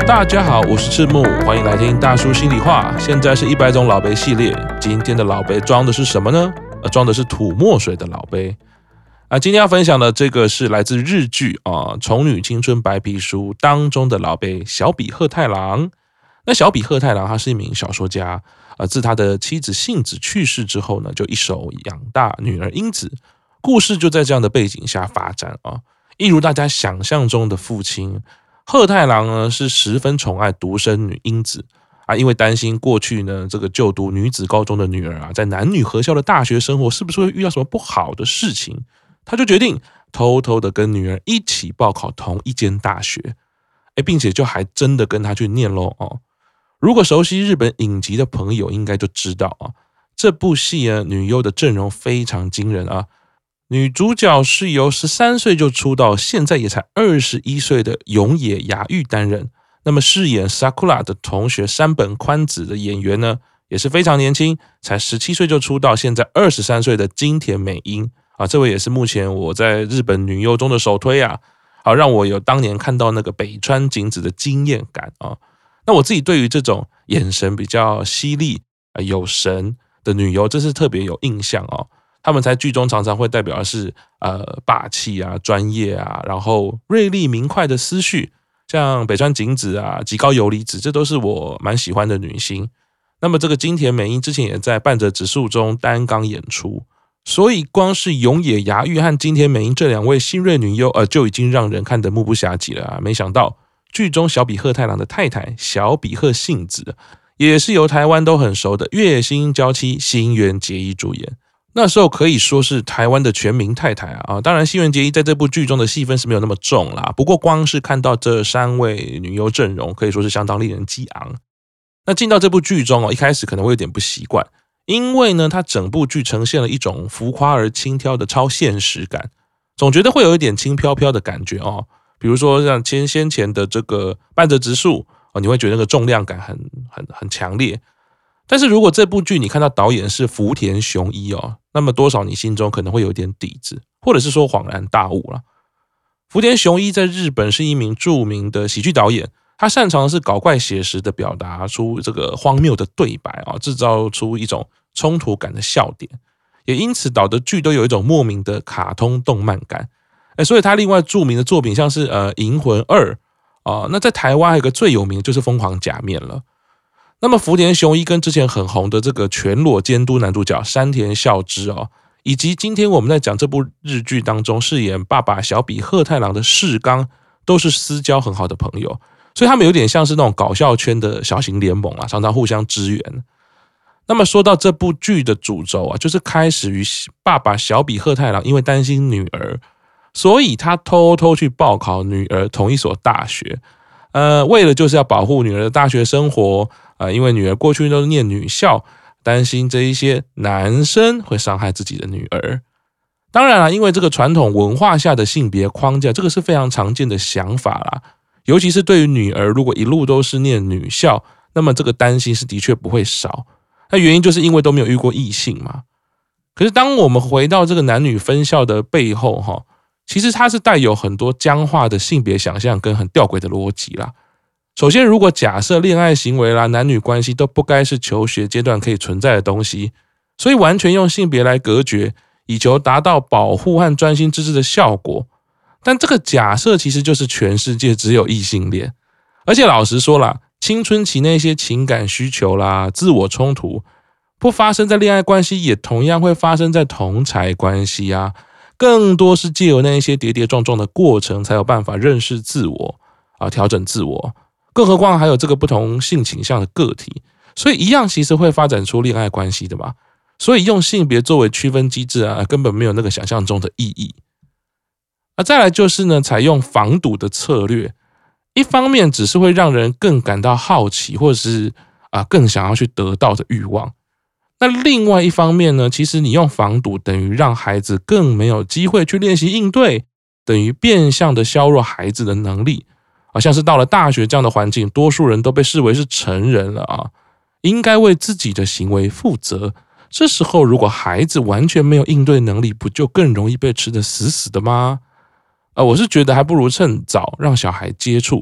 大家好，我是赤木，欢迎来听大叔心里话。现在是100种老杯系列，今天的老杯装的是什么呢？装的是吐墨水的老杯。今天要分享的这个是来自日剧《宠女青春白皮书》当中的老杯小比贺太郎。那小比贺太郎他是一名小说家，自他的妻子幸子去世之后呢，就一手养大女儿英子。故事就在这样的背景下发展啊，一如大家想象中的父亲。贺太郎呢是十分宠爱独生女英子因为担心过去呢这个就读女子高中的女儿在男女合校的大学生活是不是会遇到什么不好的事情，他就决定偷偷的跟女儿一起报考同一间大学，并且就还真的跟她去念咯如果熟悉日本影集的朋友应该就知道这部戏女优的阵容非常惊人女主角是由13岁就出道，现在也才21岁的永野芽郁担任。那么饰演 Sakura 的同学山本宽子的演员呢，也是非常年轻，才17岁就出道，现在23岁的金田美樱这位也是目前我在日本女优中的首推让我有当年看到那个北川景子的惊艳感那我自己对于这种眼神比较犀利有神的女优，这是特别有印象他们在剧中常常会代表的是霸气专业然后锐利明快的思绪，像北川景子吉高由里子，这都是我蛮喜欢的女星。那么这个金田美樱之前也在半泽直树中担纲演出，所以光是永野芽郁和金田美樱这两位新锐女优就已经让人看得目不暇接了没想到剧中小比贺太郎的太太小比贺幸子也是由台湾都很熟的月薪娇妻新垣结衣主演。那时候可以说是台湾的全民太太当然新垣结衣在这部剧中的戏份是没有那么重啦，不过光是看到这3位女优阵容可以说是相当令人激昂。那进到这部剧中一开始可能会有点不习惯，因为呢它整部剧呈现了一种浮夸而轻佻的超现实感，总觉得会有一点轻飘飘的感觉比如说像先前的这个半泽直树你会觉得那个重量感很强烈。但是如果这部剧你看到导演是福田雄一那么多少你心中可能会有点底子，或者是说恍然大悟了。福田雄一在日本是一名著名的喜剧导演，他擅长的是搞怪写实的表达出这个荒谬的对白制造出一种冲突感的笑点，也因此导的剧都有一种莫名的卡通动漫感。所以他另外著名的作品像是银魂2那在台湾还有一个最有名的就是疯狂假面了。那么福田雄一跟之前很红的这个全裸监督男主角山田孝之以及今天我们在讲这部日剧当中饰演爸爸小比贺太郎的世刚，都是私交很好的朋友，所以他们有点像是那种搞笑圈的小型联盟常常互相支援。那么说到这部剧的主轴就是开始于爸爸小比贺太郎因为担心女儿，所以他偷偷去报考女儿同一所大学，为了就是要保护女儿的大学生活因为女儿过去都是念女校，担心这一些男生会伤害自己的女儿。当然因为这个传统文化下的性别框架，这个是非常常见的想法啦。尤其是对于女儿，如果一路都是念女校，那么这个担心是的确不会少。那原因就是因为都没有遇过异性嘛。可是当我们回到这个男女分校的背后其实它是带有很多僵化的性别想象跟很吊诡的逻辑啦。首先，如果假设恋爱行为男女关系都不该是求学阶段可以存在的东西，所以完全用性别来隔绝，以求达到保护和专心致志的效果。但这个假设其实就是全世界只有异性恋。而且老实说啦，青春期那些情感需求自我冲突，不发生在恋爱关系，也同样会发生在同侪关系更多是借由那些跌跌撞撞的过程，才有办法认识自我调整自我。更何况还有这个不同性倾向的个体，所以一样其实会发展出恋爱关系的嘛。所以用性别作为区分机制根本没有那个想象中的意义。再来就是呢，采用防堵的策略，一方面只是会让人更感到好奇，或者是更想要去得到的欲望。那另外一方面呢，其实你用防堵等于让孩子更没有机会去练习应对，等于变相的削弱孩子的能力。像是到了大学这样的环境，多数人都被视为是成人了应该为自己的行为负责。这时候如果孩子完全没有应对能力，不就更容易被吃得死死的吗？我是觉得还不如趁早让小孩接触，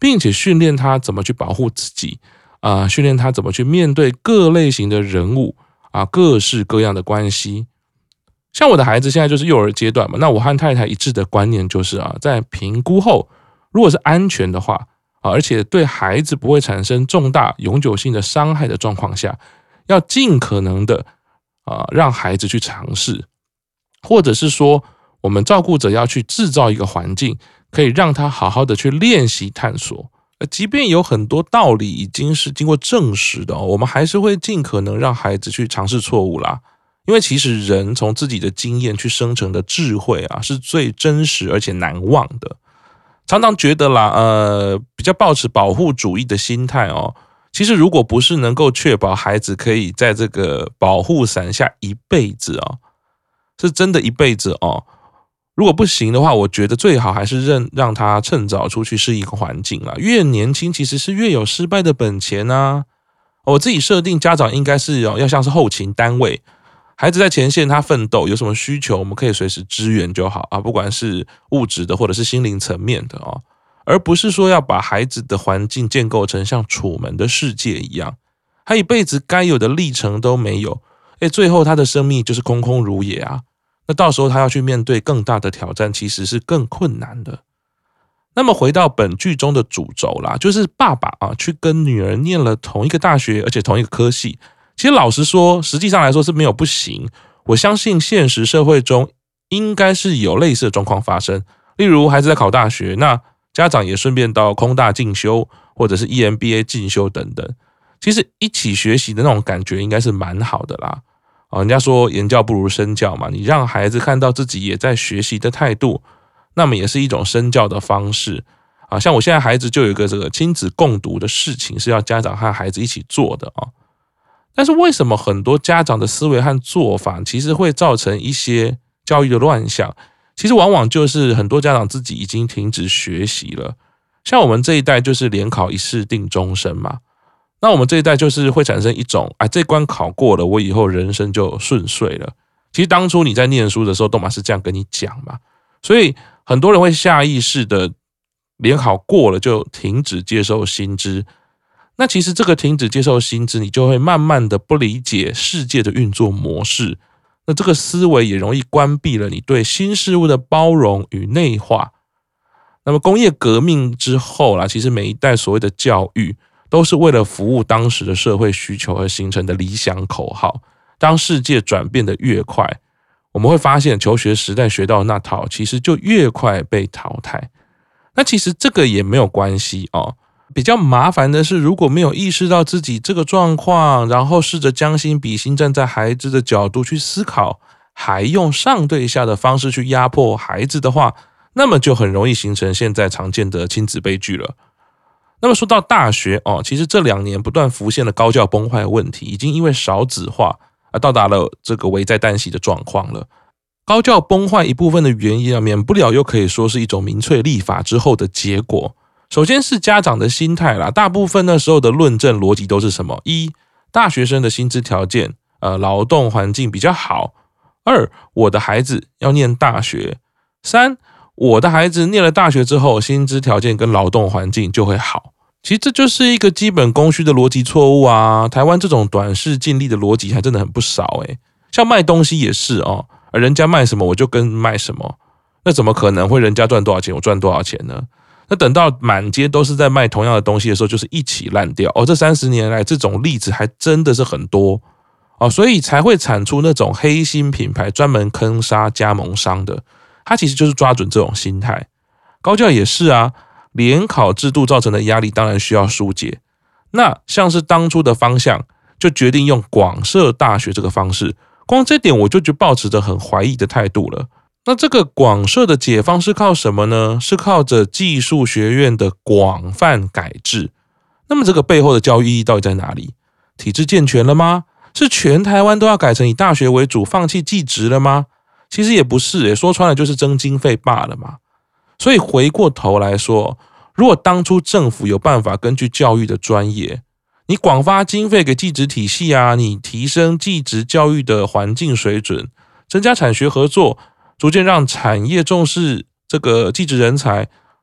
并且训练他怎么去保护自己训练他怎么去面对各类型的人物各式各样的关系。像我的孩子现在就是幼儿阶段嘛，那我和太太一致的观念就是在评估后，如果是安全的话而且对孩子不会产生重大永久性的伤害的状况下，要尽可能的让孩子去尝试，或者是说我们照顾者要去制造一个环境，可以让他好好的去练习探索。即便有很多道理已经是经过证实的我们还是会尽可能让孩子去尝试错误啦。因为其实人从自己的经验去生成的智慧是最真实而且难忘的。常常觉得啦，比较抱持保护主义的心态其实如果不是能够确保孩子可以在这个保护伞下一辈子是真的一辈子如果不行的话，我觉得最好还是让他趁早出去适应环境啦。越年轻其实是越有失败的本钱我自己设定家长应该是要像是后勤单位，孩子在前线他奋斗，有什么需求我们可以随时支援就好不管是物质的或者是心灵层面的而不是说要把孩子的环境建构成像楚门的世界一样，他一辈子该有的历程都没有最后他的生命就是空空如也那到时候他要去面对更大的挑战，其实是更困难的。那么回到本剧中的主轴啦，就是爸爸去跟女儿念了同一个大学，而且同一个科系。其实老实说，实际上来说是没有不行。我相信现实社会中应该是有类似的状况发生，例如孩子在考大学，那家长也顺便到空大进修，或者是 EMBA 进修等等。其实一起学习的那种感觉应该是蛮好的啦。人家说言教不如身教嘛，你让孩子看到自己也在学习的态度，那么也是一种身教的方式像我现在孩子就有一个这个亲子共读的事情是要家长和孩子一起做的但是为什么很多家长的思维和做法其实会造成一些教育的乱象？其实往往就是很多家长自己已经停止学习了。像我们这一代就是联考一试定终身嘛，那我们这一代就是会产生一种这关考过了，我以后人生就顺遂了。其实当初你在念书的时候都嘛是这样跟你讲嘛，所以很多人会下意识的联考过了就停止接受新知。那其实这个停止接受新知，你就会慢慢的不理解世界的运作模式，那这个思维也容易关闭了你对新事物的包容与内化。那么工业革命之后啦，其实每一代所谓的教育都是为了服务当时的社会需求而形成的理想口号。当世界转变的越快，我们会发现求学时代学到的那套其实就越快被淘汰。那其实这个也没有关系比较麻烦的是，如果没有意识到自己这个状况，然后试着将心比心，站在孩子的角度去思考，还用上对下的方式去压迫孩子的话，那么就很容易形成现在常见的亲子悲剧了。那么说到大学其实这2年不断浮现了高教崩坏的问题，已经因为少子化而到达了这个危在旦夕的状况了。高教崩坏一部分的原因免不了又可以说是一种民粹立法之后的结果。首先是家长的心态啦，大部分那时候的论证逻辑都是什么？一，大学生的薪资条件劳动环境比较好。2，我的孩子要念大学。3，我的孩子念了大学之后，薪资条件跟劳动环境就会好。其实这就是一个基本供需的逻辑错误台湾这种短视近利的逻辑还真的很不少像卖东西也是人家卖什么我就跟卖什么，那怎么可能会人家赚多少钱我赚多少钱呢？那等到满街都是在卖同样的东西的时候，就是一起烂掉这30年来这种例子还真的是很多所以才会产出那种黑心品牌专门坑杀加盟商的，他其实就是抓准这种心态。高教也是联考制度造成的压力当然需要疏解。那像是当初的方向就决定用广设大学这个方式，光这点我就觉得抱持着很怀疑的态度了。那这个广设的解方是靠什么呢？是靠着技术学院的广泛改制。那么这个背后的教育意义到底在哪里？体制健全了吗？是全台湾都要改成以大学为主，放弃技职了吗？其实也不是说穿了就是增经费罢了嘛。所以回过头来说，如果当初政府有办法根据教育的专业，你广发经费给技职体系你提升技职教育的环境水准，增加产学合作，逐渐让产业重视这个技职人才，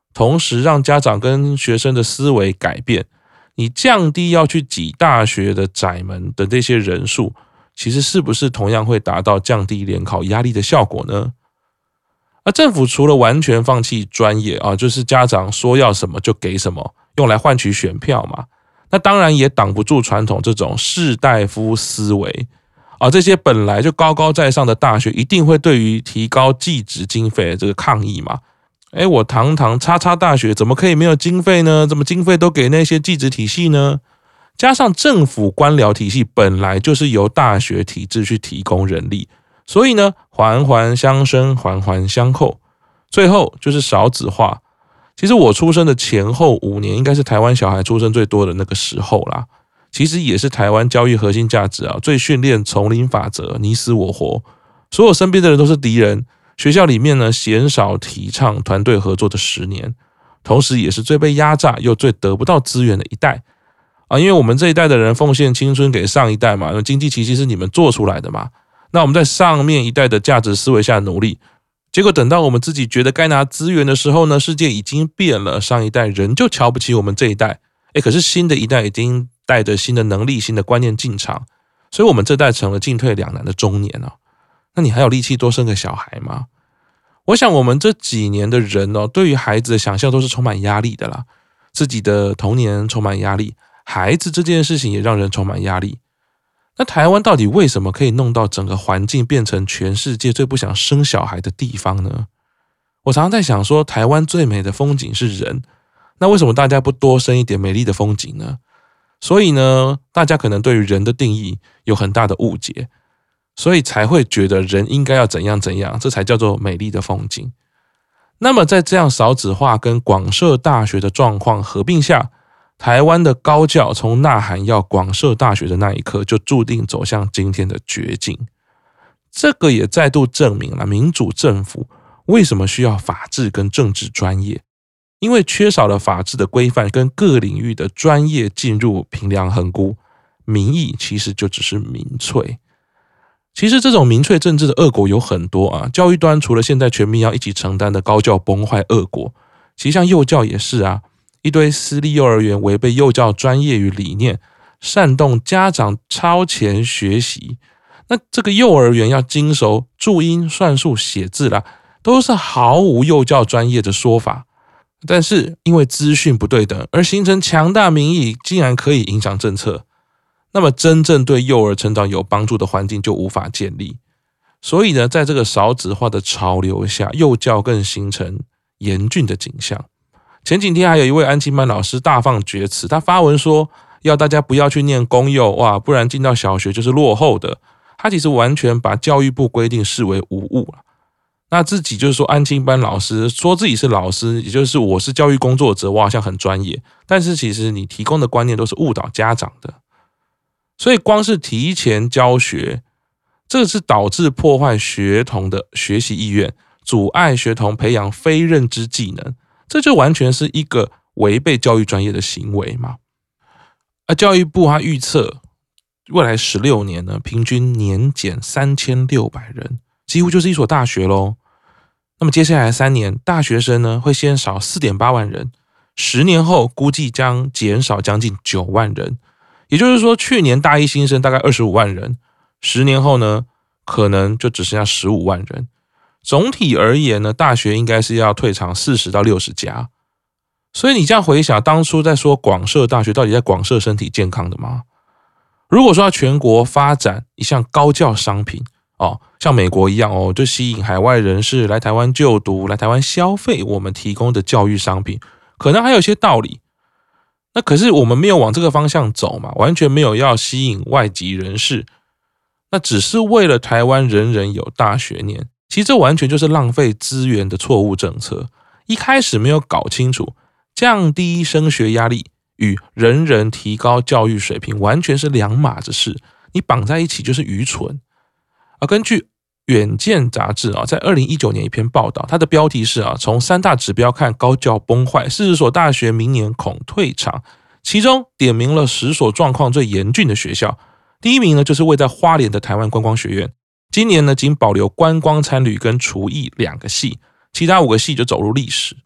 同时让家长跟学生的思维改变，你降低要去挤大学的窄门的这些人数，其实是不是同样会达到降低联考压力的效果呢？而政府除了完全放弃专业就是家长说要什么就给什么，用来换取选票嘛，那当然也挡不住传统这种士大夫思维这些本来就高高在上的大学一定会对于提高技职经费的这个抗议嘛。我堂堂叉叉大学怎么可以没有经费呢？怎么经费都给那些技职体系呢？加上政府官僚体系本来就是由大学体制去提供人力，所以呢环环相生，环环相扣，最后就是少子化。其实我出生的前后5年应该是台湾小孩出生最多的那个时候啦，其实也是台湾教育核心价值最训练丛林法则，你死我活，所有身边的人都是敌人。学校里面呢鲜少提倡团队合作的10年，同时也是最被压榨又最得不到资源的一代因为我们这一代的人奉献青春给上一代嘛，经济奇迹是你们做出来的嘛，那我们在上面一代的价值思维下努力，结果等到我们自己觉得该拿资源的时候呢，世界已经变了，上一代人就瞧不起我们这一代，可是新的一代已经带着新的能力新的观念进场，所以我们这代成了进退两难的中年那你还有力气多生个小孩吗？我想我们这几年的人对于孩子的想象都是充满压力的啦，自己的童年充满压力，孩子这件事情也让人充满压力。那台湾到底为什么可以弄到整个环境变成全世界最不想生小孩的地方呢？我常常在想说，台湾最美的风景是人，那为什么大家不多生一点美丽的风景呢？所以呢，大家可能对于人的定义有很大的误解，所以才会觉得人应该要怎样怎样，这才叫做美丽的风景。那么在这样少子化跟广设大学的状况合并下，台湾的高教从呐喊要广设大学的那一刻，就注定走向今天的绝境。这个也再度证明了民主政府为什么需要法治跟政治专业，因为缺少了法治的规范跟各领域的专业进入评量衡估，民意其实就只是民粹。其实这种民粹政治的恶果有很多教育端除了现在全民要一起承担的高教崩坏恶果，其实像幼教也是一堆私立幼儿园违背幼教专业与理念，煽动家长超前学习，那这个幼儿园要精熟注音算术写字啦，都是毫无幼教专业的说法，但是因为资讯不对等而形成强大民意，竟然可以影响政策，那么真正对幼儿成长有帮助的环境就无法建立。所以呢，在这个少子化的潮流下，幼教更形成严峻的景象。前几天还有一位安亲班老师大放厥词，他发文说要大家不要去念公幼，不然进到小学就是落后的。他其实完全把教育部规定视为无物了。那自己就是说安亲班老师，说自己是老师，也就是我是教育工作者，我好像很专业，但是其实你提供的观念都是误导家长的。所以光是提前教学，这是导致破坏学童的学习意愿，阻碍学童培养非认知技能，这就完全是一个违背教育专业的行为嘛。而教育部他预测未来16年呢，平均年减3600人，几乎就是一所大学咯。那么接下来3年，大学生呢会先少 4.8 万人，10年后估计将减少将近9万人。也就是说，去年大一新生大概25万人，10年后呢，可能就只剩下15万人。总体而言呢，大学应该是要退场40到60家。所以你这样回想，当初在说广设大学，到底在广设身体健康的吗？如果说要全国发展一项高教商品像美国一样就吸引海外人士来台湾就读，来台湾消费我们提供的教育商品，可能还有些道理。那可是我们没有往这个方向走嘛，完全没有要吸引外籍人士，那只是为了台湾人人有大学念，其实这完全就是浪费资源的错误政策。一开始没有搞清楚，降低升学压力与人人提高教育水平完全是两码子事，你绑在一起就是愚蠢。根据远见杂志在2019年一篇报道，它的标题是从3大指标看高教崩坏，40所大学明年恐退场，其中点名了10所状况最严峻的学校。第一名呢就是位在花莲的台湾观光学院，今年呢仅保留观光参旅跟厨艺2个系，其他5个系就走入历史。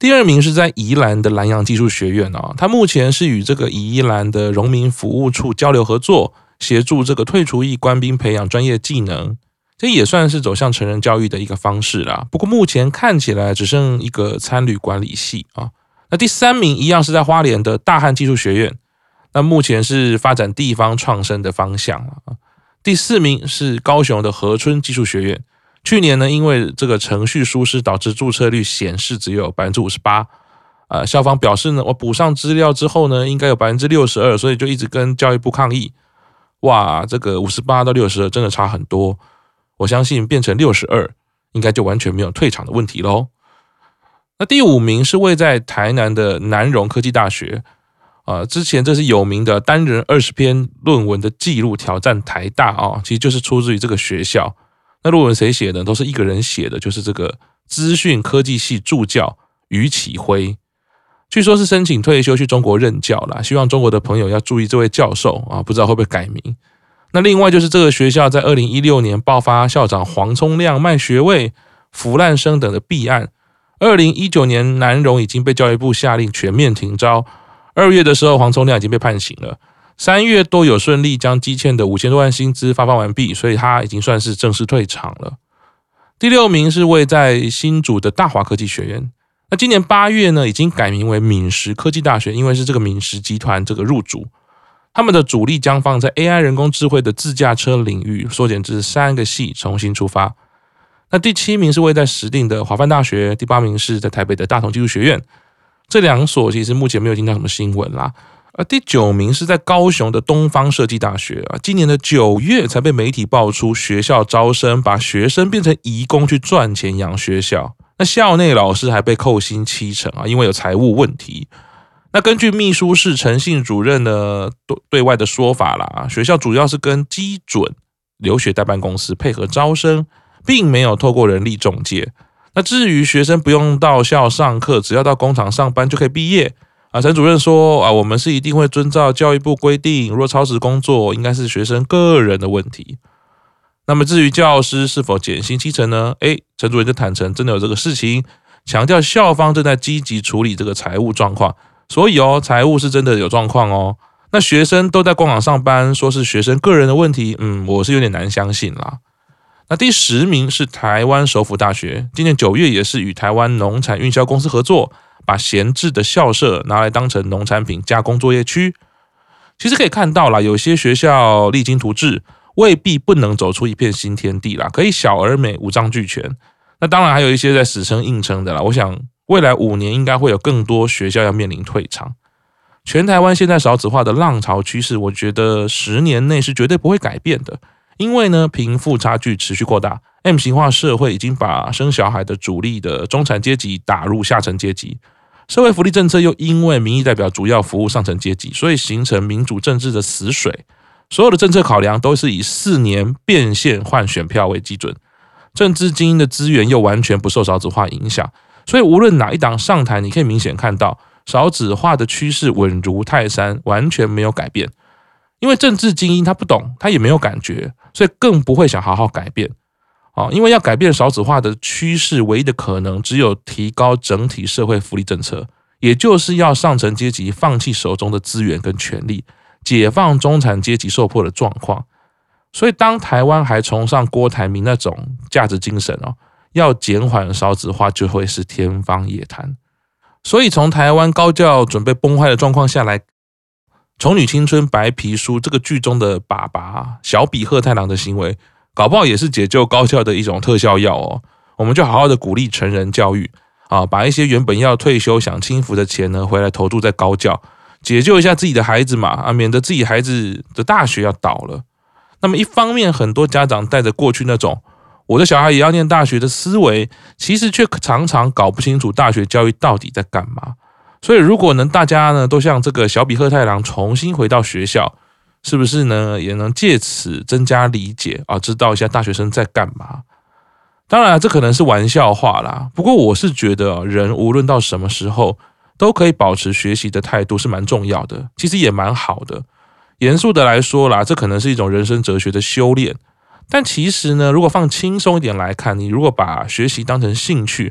第二名是在宜兰的南洋技术学院它目前是与这个宜兰的荣民服务处交流合作，协助这个退出役官兵培养专业技能，这也算是走向成人教育的一个方式啦。不过目前看起来只剩一个餐旅管理系那第三名一样是在花莲的大汉技术学院，那目前是发展地方创生的方向第四名是高雄的和春技术学院，去年呢，因为这个程序疏失导致注册率显示只有 58%，校方表示呢，我补上资料之后呢，应该有 62%， 所以就一直跟教育部抗议。哇，这个58到62真的差很多，我相信变成62，应该就完全没有退场的问题咯。那第五名是位在台南的南荣科技大学，之前这是有名的单人20篇论文的记录挑战台大其实就是出自于这个学校。那论文谁写的？都是一个人写的，就是这个资讯科技系助教于启辉，据说是申请退休去中国任教啦，希望中国的朋友要注意这位教授不知道会不会改名。那另外就是这个学校在2016年爆发校长黄聪亮卖学位、腐烂生等的弊案，2019年南荣已经被教育部下令全面停招，2月的时候黄聪亮已经被判刑了，3月都有顺利将积欠的5000多万薪资发放完毕，所以他已经算是正式退场了。第6名是位在新竹的大华科技学院，那今年8月呢，已经改名为闽实科技大学，因为是这个闽实集团这个入主，他们的主力将放在 AI 人工智慧的自驾车领域，缩减至3个系重新出发。那第7名是位在石碇的华梵大学，第8名是在台北的大同技术学院，这2所其实目前没有听到什么新闻啦。第9名是在高雄的东方设计大学今年的9月才被媒体爆出学校招生把学生变成移工去赚钱养学校，那校内老师还被扣薪70%因为有财务问题。那根据秘书室陈信主任呢对外的说法啦，学校主要是跟基准留学代办公司配合招生，并没有透过人力中介。那至于学生不用到校上课，只要到工厂上班就可以毕业陈主任说我们是一定会遵照教育部规定，若超时工作应该是学生个人的问题。那么至于教师是否减薪7成呢？陈主任就坦诚真的有这个事情，强调校方正在积极处理这个财务状况，所以财务是真的有状况那学生都在工厂上班，说是学生个人的问题，我是有点难相信啦。那第10名是台湾首府大学，今年9月也是与台湾农产运销公司合作，把闲置的校舍拿来当成农产品加工作业区。其实可以看到啦，有些学校励精图治，未必不能走出一片新天地啦，可以小而美，五脏俱全。那当然还有一些在死撑硬撑的啦，我想未来5年应该会有更多学校要面临退场。全台湾现在少子化的浪潮趋势，我觉得10年内是绝对不会改变的，因为呢，贫富差距持续扩大， M 型化社会已经把生小孩的主力的中产阶级打入下层阶级，社会福利政策又因为民意代表主要服务上层阶级，所以形成民主政治的死水。所有的政策考量都是以4年变现换选票为基准，政治精英的资源又完全不受少子化影响，所以无论哪一党上台，你可以明显看到少子化的趋势稳如泰山，完全没有改变。因为政治精英他不懂，他也没有感觉，所以更不会想好好改变。因为要改变少子化的趋势，唯一的可能只有提高整体社会福利政策，也就是要上层阶级放弃手中的资源跟权利，解放中产阶级受迫的状况。所以当台湾还崇尚郭台铭那种价值精神要减缓少子化就会是天方夜谭。所以从台湾高教准备崩坏的状况下来，丑女青春白皮书这个剧中的爸爸小比贺太郎的行为，搞不好也是解救高教的一种特效药我们就好好的鼓励成人教育把一些原本要退休享清福的钱呢，回来投注在高教，解救一下自己的孩子嘛免得自己孩子的大学要倒了。那么一方面，很多家长带着过去那种我的小孩也要念大学的思维，其实却常常搞不清楚大学教育到底在干嘛。所以如果大家呢都像这个小比贺太郎重新回到学校，是不是呢也能借此增加理解知道一下大学生在干嘛。当然这可能是玩笑话啦，不过我是觉得人无论到什么时候都可以保持学习的态度是蛮重要的，其实也蛮好的。严肃的来说啦，这可能是一种人生哲学的修炼。但其实呢，如果放轻松一点来看，你如果把学习当成兴趣，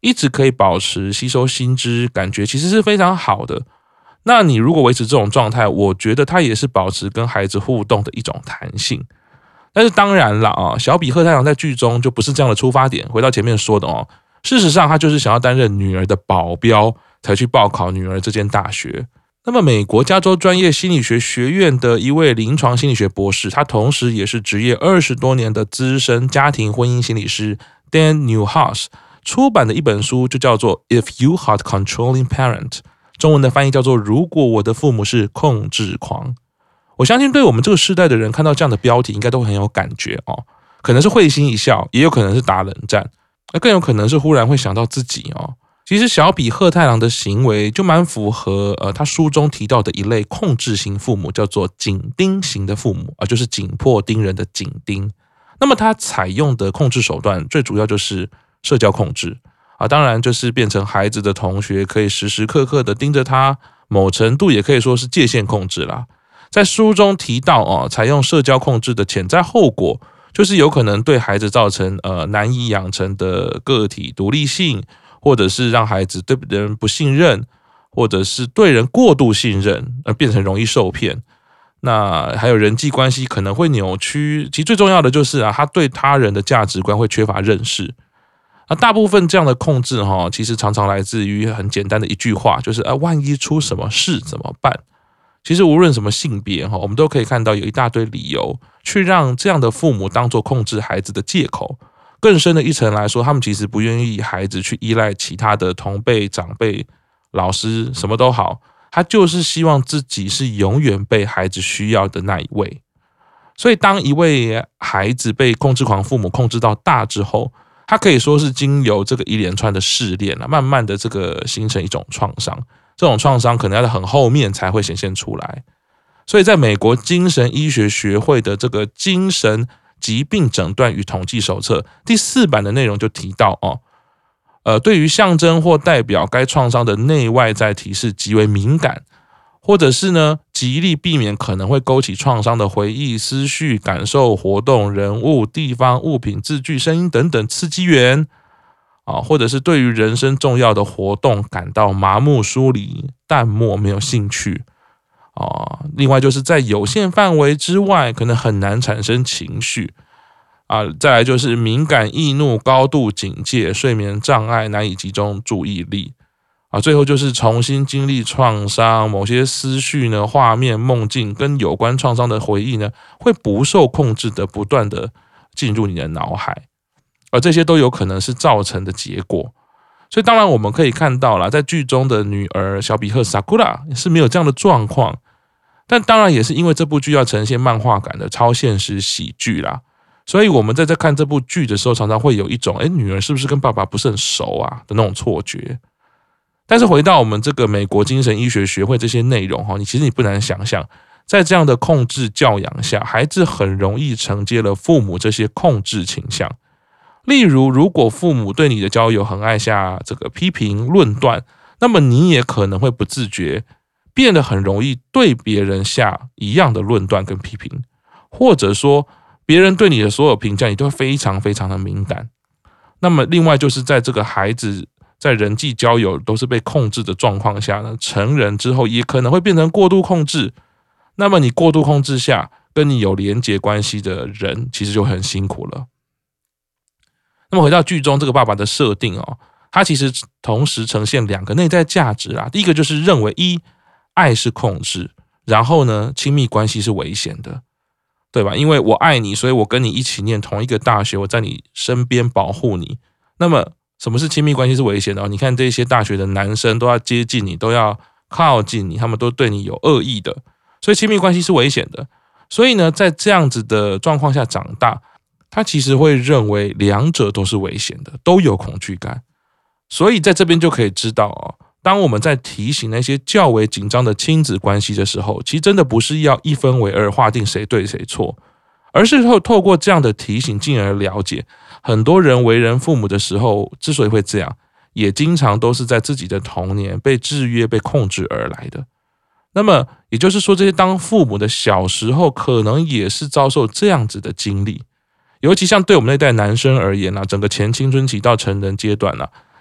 一直可以保持吸收新知，感觉其实是非常好的。那你如果维持这种状态，我觉得它也是保持跟孩子互动的一种弹性。但是当然啦小比贺太郎在剧中就不是这样的出发点。回到前面说的事实上他就是想要担任女儿的保镖，才去报考女儿这间大学。那么美国加州专业心理学学院的一位临床心理学博士，他同时也是职业20多年的资深家庭婚姻心理师 Dan Newhouse 出版的一本书，就叫做 If You Had Controlling Parent， 中文的翻译叫做如果我的父母是控制狂。我相信对我们这个世代的人看到这样的标题应该都很有感觉可能是会心一笑，也有可能是打冷战，更有可能是忽然会想到自己其实小比贺太郎的行为就蛮符合他书中提到的一类控制型父母，叫做紧盯型的父母就是紧迫盯人的紧盯。那么他采用的控制手段最主要就是社交控制当然就是变成孩子的同学可以时时刻刻的盯着他，某程度也可以说是界限控制啦。在书中提到采用社交控制的潜在后果就是有可能对孩子造成难以养成的个体独立性，或者是让孩子对人不信任，或者是对人过度信任而变成容易受骗。那还有人际关系可能会扭曲，其实最重要的就是他对他人的价值观会缺乏认识。大部分这样的控制其实常常来自于很简单的一句话，就是万一出什么事怎么办？其实无论什么性别我们都可以看到有一大堆理由去让这样的父母当作控制孩子的借口。更深的一层来说，他们其实不愿意孩子去依赖其他的同辈、长辈、老师，什么都好，他就是希望自己是永远被孩子需要的那一位。所以当一位孩子被控制狂父母控制到大之后，他可以说是经由这个一连串的试炼慢慢的这个形成一种创伤，这种创伤可能要在很后面才会显现出来。所以在美国精神医学学会的这个精神疾病诊断与统计手册第4版的内容就提到对于象征或代表该创伤的内外在提示极为敏感，或者是呢极力避免可能会勾起创伤的回忆、思绪、感受、活动、人物、地方、物品、字句、声音等等刺激源或者是对于人生重要的活动感到麻木、疏离、淡漠、没有兴趣另外就是在有限范围之外可能很难产生情绪再来就是敏感、易怒、高度警戒、睡眠障碍、难以集中注意力最后就是重新经历创伤，某些思绪呢、画面、梦境跟有关创伤的回忆呢，会不受控制的不断的进入你的脑海，而这些都有可能是造成的结果。所以当然我们可以看到啦，在剧中的女儿小比贺 Sakura 是没有这样的状况，但当然也是因为这部剧要呈现漫画感的超现实喜剧啦，所以我们在看这部剧的时候，常常会有一种女儿是不是跟爸爸不是很熟的那种错觉。但是回到我们这个美国精神医学学会这些内容其实你不难想象，在这样的控制教养下，孩子很容易承接了父母这些控制倾向。例如如果父母对你的交友很爱下这个批评论断，那么你也可能会不自觉变得很容易对别人下一样的论断跟批评，或者说别人对你的所有评价你都会非常非常的敏感。那么另外就是在这个孩子在人际交友都是被控制的状况下呢，成人之后也可能会变成过度控制。那么你过度控制下，跟你有连结关系的人其实就很辛苦了。那么回到剧中这个爸爸的设定他其实同时呈现2个内在价值第一个就是认为爱是控制，然后呢亲密关系是危险的，对吧？因为我爱你，所以我跟你一起念同一个大学，我在你身边保护你。那么什么是亲密关系是危险的你看这些大学的男生都要接近你，都要靠近你，他们都对你有恶意的，所以亲密关系是危险的。所以呢在这样子的状况下长大，他其实会认为2者都是危险的，都有恐惧感。所以在这边就可以知道当我们在提醒那些较为紧张的亲子关系的时候，其实真的不是要一分为二划定谁对谁错，而是透过这样的提醒进而了解很多人为人父母的时候之所以会这样，也经常都是在自己的童年被制约、被控制而来的。那么也就是说，这些当父母的小时候可能也是遭受这样子的经历。尤其像对我们那代男生而言整个前青春期到成人阶段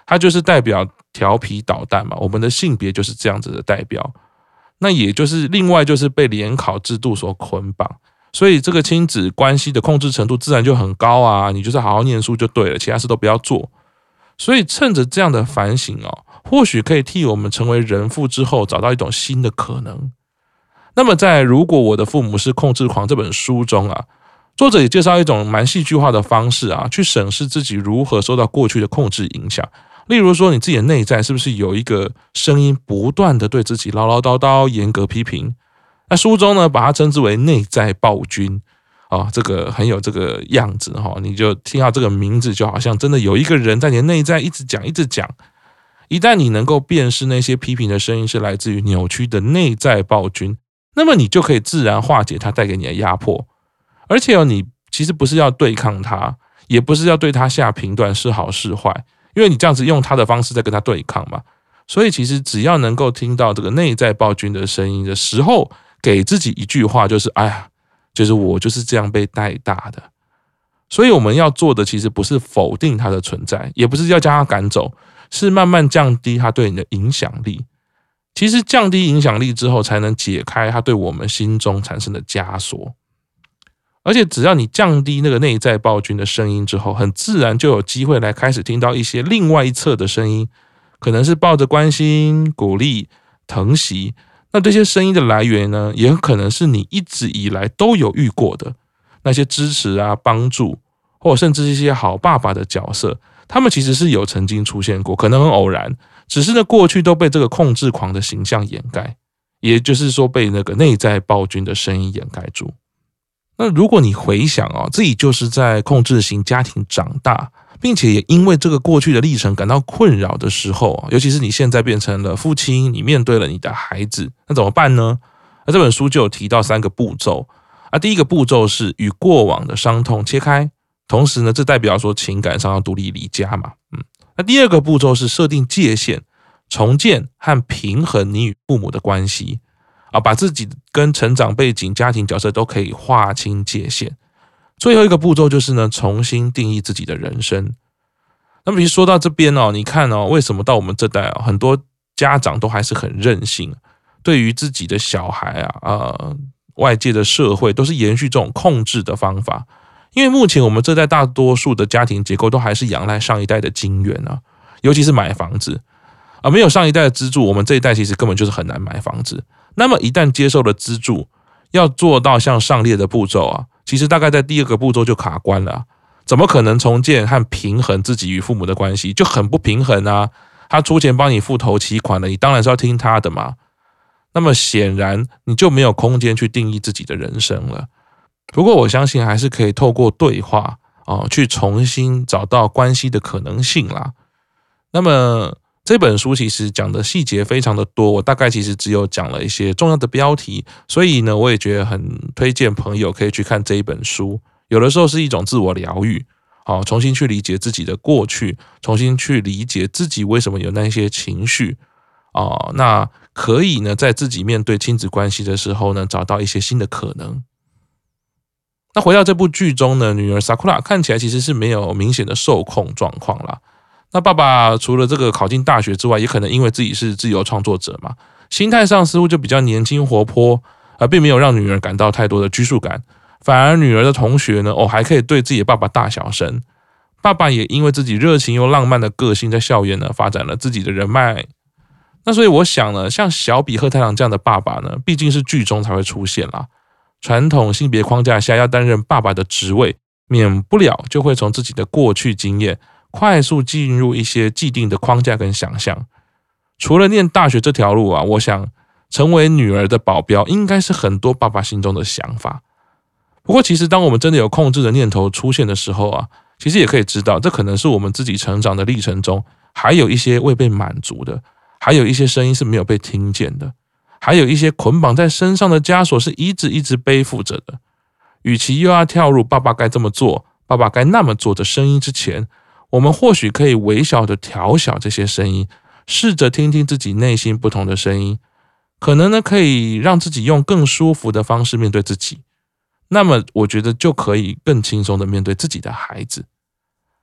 它就是代表调皮捣蛋嘛，我们的性别就是这样子的代表。那也就是另外就是被联考制度所捆绑，所以这个亲子关系的控制程度自然就很高啊，你就是好好念书就对了，其他事都不要做。所以趁着这样的反省或许可以替我们成为人父之后找到一种新的可能。那么在《如果我的父母是控制狂》这本书中作者也介绍一种蛮戏剧化的方式去审视自己如何受到过去的控制影响。例如说，你自己的内在是不是有一个声音不断的对自己唠唠叨叨、严格批评？那书中呢，把它称之为内在暴君这个很有这个样子你就听到这个名字，就好像真的有一个人在你的内在一直讲一直讲。一旦你能够辨识那些批评的声音是来自于扭曲的内在暴君，那么你就可以自然化解它带给你的压迫。而且你其实不是要对抗它，也不是要对它下评断是好是坏，因为你这样子用他的方式在跟他对抗嘛。所以其实只要能够听到这个内在暴君的声音的时候，给自己一句话，就是哎呀，就是我就是这样被带大的。所以我们要做的其实不是否定他的存在，也不是要将他赶走，是慢慢降低他对你的影响力。其实降低影响力之后，才能解开他对我们心中产生的枷锁。而且只要你降低那个内在暴君的声音之后，很自然就有机会来开始听到一些另外一侧的声音，可能是抱着关心、鼓励、疼惜。那这些声音的来源呢，也很可能是你一直以来都有遇过的那些支持帮助，或者甚至一些好爸爸的角色，他们其实是有曾经出现过，可能很偶然，只是呢过去都被这个控制狂的形象掩盖，也就是说被那个内在暴君的声音掩盖住。那如果你回想自己就是在控制型家庭长大，并且也因为这个过去的历程感到困扰的时候，尤其是你现在变成了父亲，你面对了你的孩子，那怎么办呢？那这本书就有提到3个步骤第一个步骤是与过往的伤痛切开，同时呢，这代表说情感上要独立离家嘛。那第二个步骤是设定界限，重建和平衡你与父母的关系把自己跟成长背景、家庭角色都可以划清界限。最后一个步骤就是呢，重新定义自己的人生。那么其实说到这边你看为什么到我们这代很多家长都还是很任性，对于自己的小孩外界的社会都是延续这种控制的方法。因为目前我们这代大多数的家庭结构都还是仰赖上一代的金援尤其是买房子没有上一代的资助，我们这一代其实根本就是很难买房子。那么一旦接受了资助，要做到像上列的步骤其实大概在第2个步骤就卡关了怎么可能重建和平衡自己与父母的关系？就很不平衡他出钱帮你付头期款了，你当然是要听他的嘛。那么显然你就没有空间去定义自己的人生了。不过我相信还是可以透过对话去重新找到关系的可能性啦。那么这本书其实讲的细节非常的多，我大概其实只有讲了一些重要的标题，所以呢，我也觉得很推荐朋友可以去看这一本书。有的时候是一种自我疗愈重新去理解自己的过去，重新去理解自己为什么有那些情绪那可以呢，在自己面对亲子关系的时候呢，找到一些新的可能。那回到这部剧中呢，女儿 Sakura 看起来其实是没有明显的受控状况啦。那爸爸除了这个考进大学之外，也可能因为自己是自由创作者嘛，心态上似乎就比较年轻活泼并没有让女儿感到太多的拘束感。反而女儿的同学呢还可以对自己的爸爸大小声。爸爸也因为自己热情又浪漫的个性，在校园呢发展了自己的人脉。那所以我想呢，像小比贺太郎这样的爸爸呢，毕竟是剧中才会出现啦。传统性别框架下要担任爸爸的职位，免不了就会从自己的过去经验快速进入一些既定的框架跟想象。除了念大学这条路我想成为女儿的保镖应该是很多爸爸心中的想法。不过其实当我们真的有控制的念头出现的时候其实也可以知道，这可能是我们自己成长的历程中还有一些未被满足的，还有一些声音是没有被听见的，还有一些捆绑在身上的枷锁是一直背负着的。与其又要跳入爸爸该这么做，爸爸该那么做的声音之前，我们或许可以微小的调小这些声音，试着听听自己内心不同的声音，可能呢可以让自己用更舒服的方式面对自己。那么我觉得就可以更轻松的面对自己的孩子。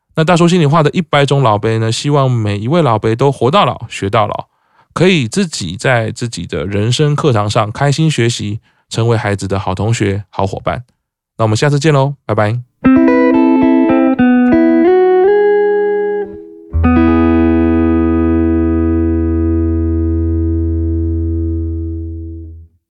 那大叔心里话的100种老杯呢，希望每一位老杯都活到老学到老，可以自己在自己的人生课堂上开心学习，成为孩子的好同学好伙伴。那我们下次见喽，拜拜。